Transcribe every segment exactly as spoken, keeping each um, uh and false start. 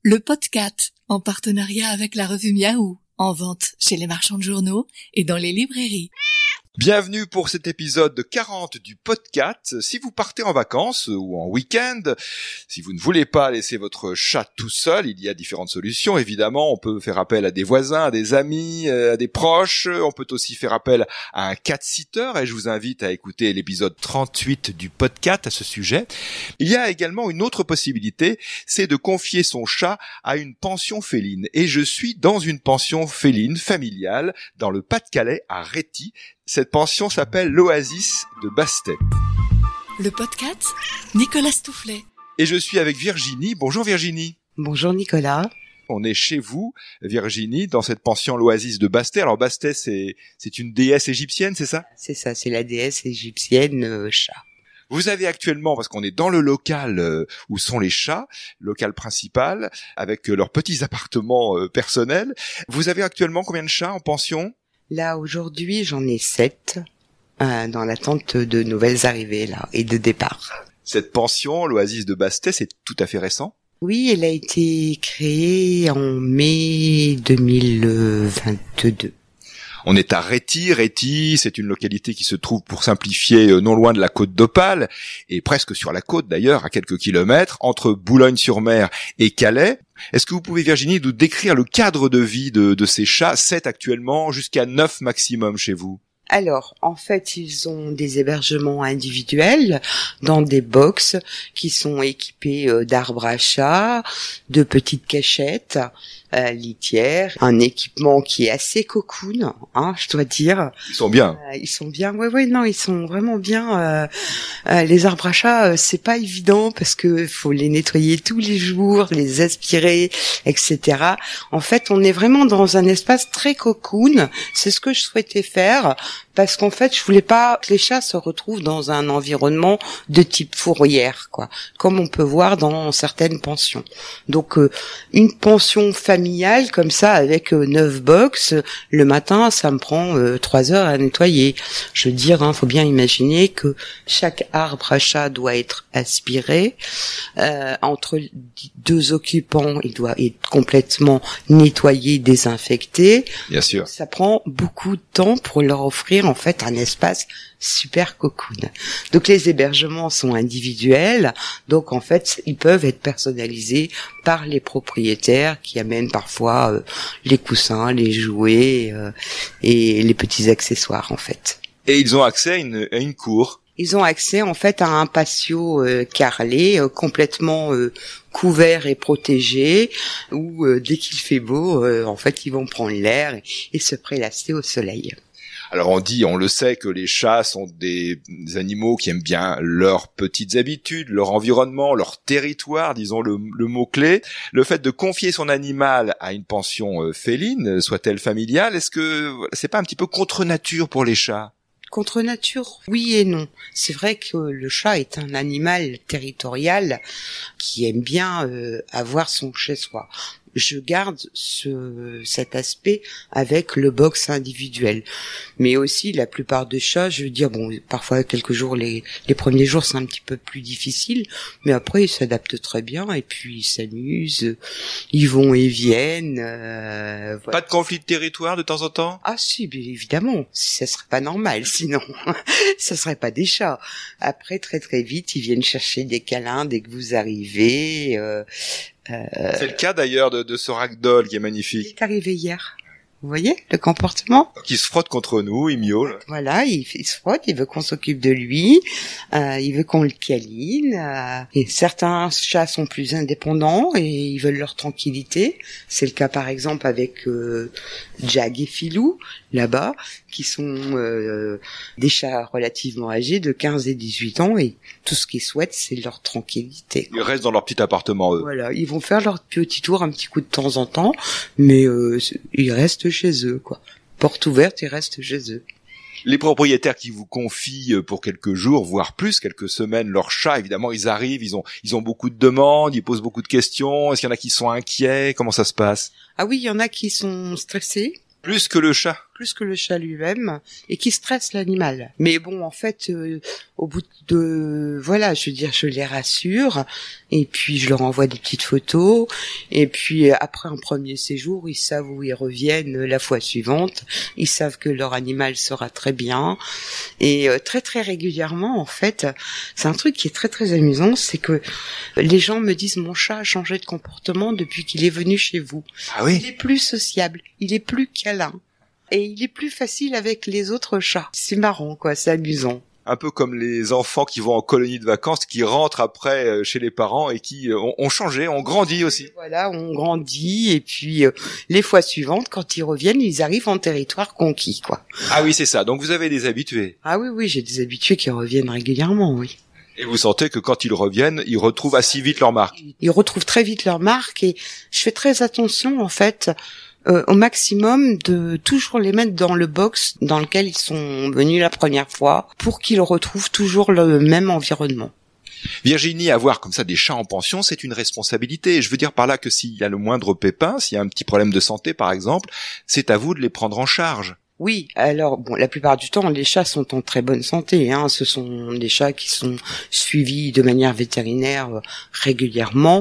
Le podcast, en partenariat avec la revue Miaou, en vente chez les marchands de journaux et dans les librairies. Bienvenue pour cet épisode quarante du podcast. Si vous partez en vacances ou en week-end, si vous ne voulez pas laisser votre chat tout seul, il y a différentes solutions. Évidemment, on peut faire appel à des voisins, à des amis, à des proches. On peut aussi faire appel à un cat-sitter et je vous invite à écouter l'épisode trente-huit du podcast à ce sujet. Il y a également une autre possibilité, c'est de confier son chat à une pension féline. Et je suis dans une pension féline familiale dans le Pas-de-Calais à Réthy. Cette pension s'appelle l'Oasis de Bastet. Le podcast, Nicolas Stoufflet. Et je suis avec Virginie. Bonjour Virginie. Bonjour Nicolas. On est chez vous, Virginie, dans cette pension l'Oasis de Bastet. Alors Bastet, c'est, c'est une déesse égyptienne, c'est ça ? C'est ça, c'est la déesse égyptienne euh, chat. Vous avez actuellement, parce qu'on est dans le local euh, où sont les chats, local principal, avec euh, leurs petits appartements euh, personnels. Vous avez actuellement combien de chats en pension ? Là, aujourd'hui, j'en ai sept, euh, dans l'attente de nouvelles arrivées, là, et de départ. Cette pension, l'Oasis de Bastet, c'est tout à fait récent ? Oui, elle a été créée en mai deux mille vingt-deux. On est à Réthy. Réthy, c'est une localité qui se trouve, pour simplifier, non loin de la côte d'Opale, et presque sur la côte d'ailleurs, à quelques kilomètres, entre Boulogne-sur-Mer et Calais. Est-ce que vous pouvez, Virginie, nous décrire le cadre de vie de, de ces chats, sept actuellement, jusqu'à neuf maximum chez vous ? Alors, en fait, ils ont des hébergements individuels dans des box qui sont équipés d'arbres à chat, de petites cachettes, euh, litières, un équipement qui est assez cocoon, hein, je dois dire. Ils sont bien. Euh, ils sont bien, ouais, ouais, non, ils sont vraiment bien. Euh, euh, les arbres à chat, euh, c'est pas évident parce que faut les nettoyer tous les jours, les aspirer, et cetera. En fait, on est vraiment dans un espace très cocoon. C'est ce que je souhaitais faire. Parce qu'en fait, je voulais pas que les chats se retrouvent dans un environnement de type fourrière, quoi, comme on peut voir dans certaines pensions. Donc, euh, une pension familiale comme ça, avec euh, neuf box, le matin, ça me prend euh, trois heures à nettoyer. Je veux dire, hein, faut bien imaginer que chaque arbre à chat doit être aspiré. Euh, entre deux occupants, il doit être complètement nettoyé, désinfecté. Bien sûr. Ça prend beaucoup de temps pour leur offrir en fait un espace super cocoon. Donc les hébergements sont individuels, donc en fait ils peuvent être personnalisés par les propriétaires qui amènent parfois euh, les coussins, les jouets euh, et les petits accessoires en fait. Et ils ont accès à une, à une cour. Ils ont accès en fait à un patio euh, carrelé, euh, complètement euh, couvert et protégé, où euh, dès qu'il fait beau, euh, en fait ils vont prendre l'air et, et se prélasser au soleil. Alors on dit, on le sait, que les chats sont des, des animaux qui aiment bien leurs petites habitudes, leur environnement, leur territoire, disons le, le mot-clé. Le fait de confier son animal à une pension euh, féline, soit-elle familiale, est-ce que c'est pas un petit peu contre nature pour les chats ? Contre nature, oui et non. C'est vrai que le chat est un animal territorial qui aime bien euh, avoir son chez-soi. Je garde ce, cet aspect avec le box individuel. Mais aussi, la plupart des chats, je veux dire, bon, parfois, quelques jours, les, les premiers jours, c'est un petit peu plus difficile, mais après, ils s'adaptent très bien, et puis ils s'amusent, ils vont et viennent. Euh, voilà. Pas de conflit de territoire de temps en temps ? Ah si, bien évidemment, ça serait pas normal, sinon, ça serait pas des chats. Après, très très vite, ils viennent chercher des câlins dès que vous arrivez, euh, Euh, c'est le cas d'ailleurs de, de ce ragdoll qui est magnifique. Il est arrivé hier. Vous voyez le comportement ? Qui se frotte contre nous, il miaule. Voilà, il, il se frotte, il veut qu'on s'occupe de lui, euh, il veut qu'on le câline. Euh, et certains chats sont plus indépendants et ils veulent leur tranquillité. C'est le cas par exemple avec euh, Jag et Filou, là-bas, qui sont euh, des chats relativement âgés de quinze et dix-huit ans et tout ce qu'ils souhaitent, c'est leur tranquillité. Ils restent dans leur petit appartement, eux. Voilà, ils vont faire leur petit tour un petit coup de temps en temps, mais euh, ils restent chez eux, quoi. Porte ouverte, ils restent chez eux. Les propriétaires qui vous confient pour quelques jours, voire plus, quelques semaines, leurs chats, évidemment, ils arrivent, ils ont, ils ont beaucoup de demandes, ils posent beaucoup de questions. Est-ce qu'il y en a qui sont inquiets ? Comment ça se passe ? Ah oui, il y en a qui sont stressés. Plus que le chat ? plus que le chat lui-même, et qui stresse l'animal. Mais bon, en fait, euh, au bout de... Voilà, je veux dire, je les rassure, et puis je leur envoie des petites photos, et puis après un premier séjour, ils savent où ils reviennent la fois suivante, ils savent que leur animal sera très bien, et euh, très très régulièrement, en fait, c'est un truc qui est très très amusant, c'est que les gens me disent « Mon chat a changé de comportement depuis qu'il est venu chez vous. Ah oui. Il est plus sociable, il est plus câlin. » Et il est plus facile avec les autres chats. C'est marrant, quoi, c'est amusant. Un peu comme les enfants qui vont en colonie de vacances, qui rentrent après chez les parents et qui ont, ont changé, ont grandi aussi. Voilà, on grandit, et puis euh, les fois suivantes, quand ils reviennent, ils arrivent en territoire conquis, quoi. Ah oui, c'est ça. Donc vous avez des habitués. Ah oui, oui, j'ai des habitués qui reviennent régulièrement, oui. Et vous sentez que quand ils reviennent, ils retrouvent assez vite leur marque. Ils retrouvent très vite leur marque, et je fais très attention, en fait, Euh, au maximum de toujours les mettre dans le box dans lequel ils sont venus la première fois pour qu'ils retrouvent toujours le même environnement. Virginie, avoir comme ça des chats en pension, c'est une responsabilité. Je veux dire par là que s'il y a le moindre pépin, s'il y a un petit problème de santé par exemple, c'est à vous de les prendre en charge. Oui, alors bon, la plupart du temps, les chats sont en très bonne santé. Hein. Ce sont des chats qui sont suivis de manière vétérinaire euh, régulièrement.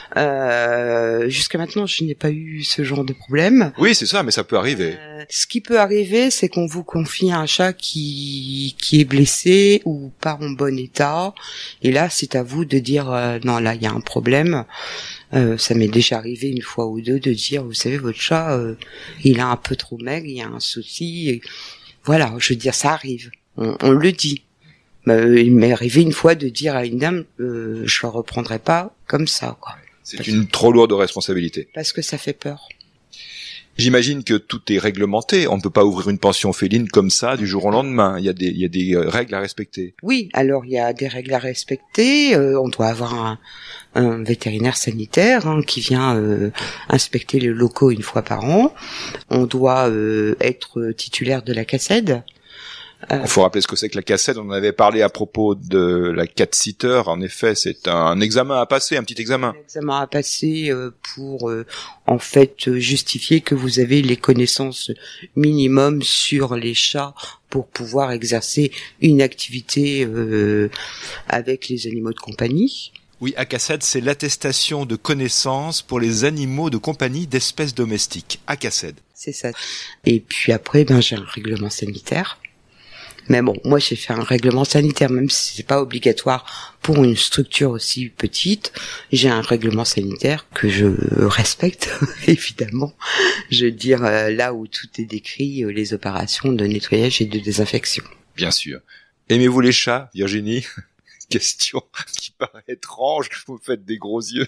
Euh, jusqu'à maintenant, je n'ai pas eu ce genre de problème. Oui, c'est ça, mais ça peut arriver. Euh, ce qui peut arriver, c'est qu'on vous confie un chat qui qui est blessé ou pas en bon état, et là, c'est à vous de dire euh, non, là, il y a un problème. Euh, ça m'est déjà arrivé une fois ou deux de dire, vous savez, votre chat, euh, il est un peu trop maigre, il y a un souci. Et voilà, je veux dire, ça arrive. On, on le dit. Euh, il m'est arrivé une fois de dire à une dame, euh, je le reprendrai pas comme ça, quoi. C'est parce une trop lourde responsabilité. Parce que ça fait peur. J'imagine que tout est réglementé. On ne peut pas ouvrir une pension féline comme ça du jour au lendemain. Il y a des, il y a des règles à respecter. Oui, alors il y a des règles à respecter. Euh, on doit avoir un, un vétérinaire sanitaire hein, qui vient euh, inspecter les locaux une fois par an. On doit euh, être titulaire de la C A C E D. Il euh, faut rappeler ce que c'est que la C A C E D. On en avait parlé à propos de la cat-sitter. En effet, c'est un examen à passer, un petit examen. Un examen à passer euh, pour, euh, en fait, justifier que vous avez les connaissances minimum sur les chats pour pouvoir exercer une activité euh, avec les animaux de compagnie. Oui, A C A C E D, c'est l'attestation de connaissances pour les animaux de compagnie d'espèces domestiques. A C A C E D. C'est ça. Et puis après, ben j'ai un règlement sanitaire. Mais bon, moi j'ai fait un règlement sanitaire, même si c'est pas obligatoire pour une structure aussi petite. J'ai un règlement sanitaire que je respecte, évidemment. Je veux dire, euh, là où tout est décrit, euh, les opérations de nettoyage et de désinfection. Bien sûr. Aimez-vous les chats, Virginie ? Question qui paraît étrange, vous faites des gros yeux.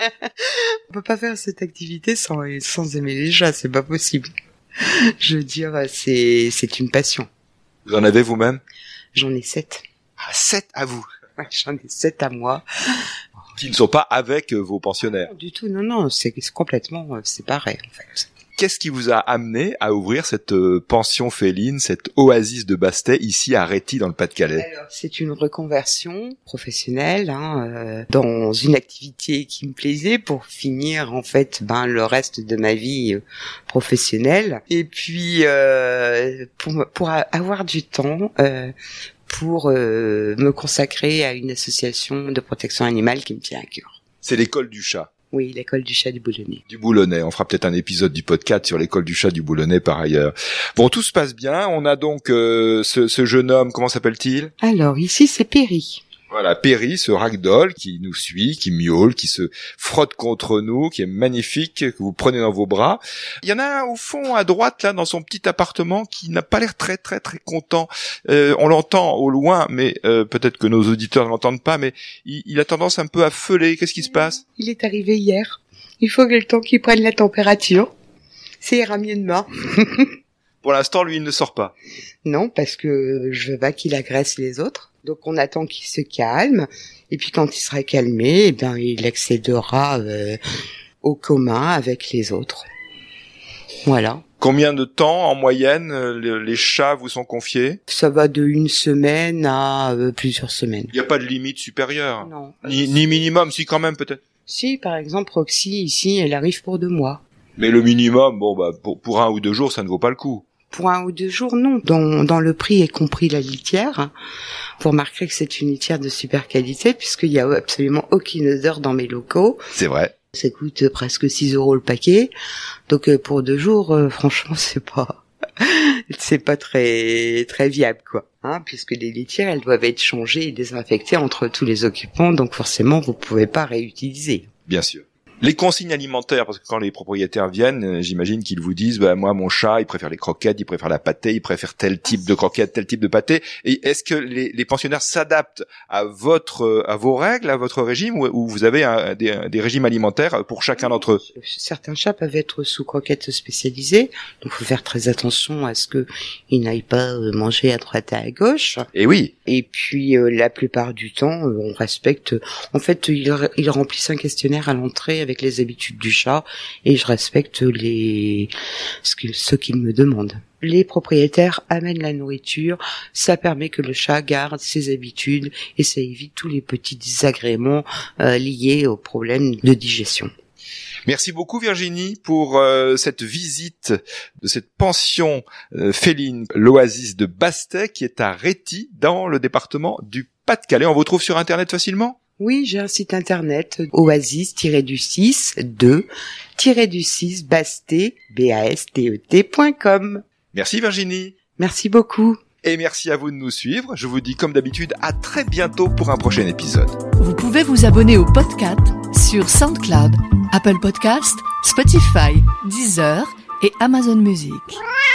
On peut pas faire cette activité sans, sans aimer les chats, c'est pas possible. Je veux dire, c'est, c'est une passion. Vous en avez vous-même ? J'en ai sept. Ah, sept à vous ? Ouais, j'en ai sept à moi. Qui ne sont pas avec vos pensionnaires ? Non, du tout, non, non, c'est, c'est complètement séparé, en fait. Qu'est-ce qui vous a amené à ouvrir cette euh, pension féline, cette oasis de Bastet, ici à Réthy, dans le Pas-de-Calais ? Alors, c'est une reconversion professionnelle hein, euh, dans une activité qui me plaisait pour finir en fait ben le reste de ma vie euh, professionnelle. Et puis euh, pour pour avoir du temps. Euh, pour euh, me consacrer à une association de protection animale qui me tient à cœur. C'est l'école du chat. Oui, l'école du chat du Boulonnais. Du Boulonnais. On fera peut-être un épisode du podcast sur l'école du chat du Boulonnais par ailleurs. Bon, tout se passe bien. On a donc euh, ce, ce jeune homme, comment s'appelle-t-il ? Alors, ici, c'est Perry. Voilà, Perry, ce ragdoll qui nous suit, qui miaule, qui se frotte contre nous, qui est magnifique, que vous prenez dans vos bras. Il y en a un au fond, à droite, là, dans son petit appartement, qui n'a pas l'air très, très, très content. Euh, on l'entend au loin, mais euh, peut-être que nos auditeurs ne l'entendent pas, mais il, il a tendance un peu à feuler. Qu'est-ce qui se passe ? Il est arrivé hier. Il faut que le temps qu'il prenne la température. Ça ira mieux demain. Pour l'instant, lui, il ne sort pas. Non, parce que je veux pas qu'il agresse les autres. Donc on attend qu'il se calme. Et puis quand il sera calmé, eh bien, il accédera euh, au commun avec les autres. Voilà. Combien de temps, en moyenne, le, les chats vous sont confiés ? Ça va de une semaine à euh, plusieurs semaines. Il n'y a pas de limite supérieure ? Non. Ni, ni minimum, si quand même, peut-être ? Si, par exemple, Roxy, ici, elle arrive pour deux mois. Mais le minimum, bon, bah, pour, pour un ou deux jours, ça ne vaut pas le coup. Pour un ou deux jours, non. Dans, dans le prix est compris la litière. Vous remarquerez que c'est une litière de super qualité puisqu'il y a absolument aucune odeur dans mes locaux. C'est vrai. Ça coûte presque six euros le paquet. Donc pour deux jours, euh, franchement, c'est pas... c'est pas très très viable quoi, hein, puisque les litières elles doivent être changées et désinfectées entre tous les occupants, donc forcément vous pouvez pas réutiliser. Bien sûr. Les consignes alimentaires, parce que quand les propriétaires viennent, j'imagine qu'ils vous disent, bah, moi, mon chat, il préfère les croquettes, il préfère la pâtée, il préfère tel type de croquettes, tel type de pâté. Et est-ce que les, les pensionnaires s'adaptent à votre, à vos règles, à votre régime, ou, ou vous avez un, des, des régimes alimentaires pour chacun d'entre eux? Certains chats peuvent être sous croquettes spécialisées, donc faut faire très attention à ce que ils n'aillent pas manger à droite et à gauche. Et oui. Et puis, euh, la plupart du temps, on respecte, en fait, ils, ils remplissent un questionnaire à l'entrée avec les habitudes du chat et je respecte les ce qu'ils ce qu'ils me demandent. Les propriétaires amènent la nourriture, ça permet que le chat garde ses habitudes et ça évite tous les petits désagréments euh, liés aux problèmes de digestion. Merci beaucoup Virginie pour euh, cette visite de cette pension euh, féline, l'Oasis de Bastet, qui est à Réthy dans le département du Pas-de-Calais. On vous trouve sur internet facilement ? Oui, j'ai un site internet, oasis-du-six, deux, du six, bastet, B A S T E T point com. Merci Virginie. Merci beaucoup. Et merci à vous de nous suivre. Je vous dis comme d'habitude à très bientôt pour un prochain épisode. Vous pouvez vous abonner au podcast sur SoundCloud, Apple Podcast, Spotify, Deezer et Amazon Music.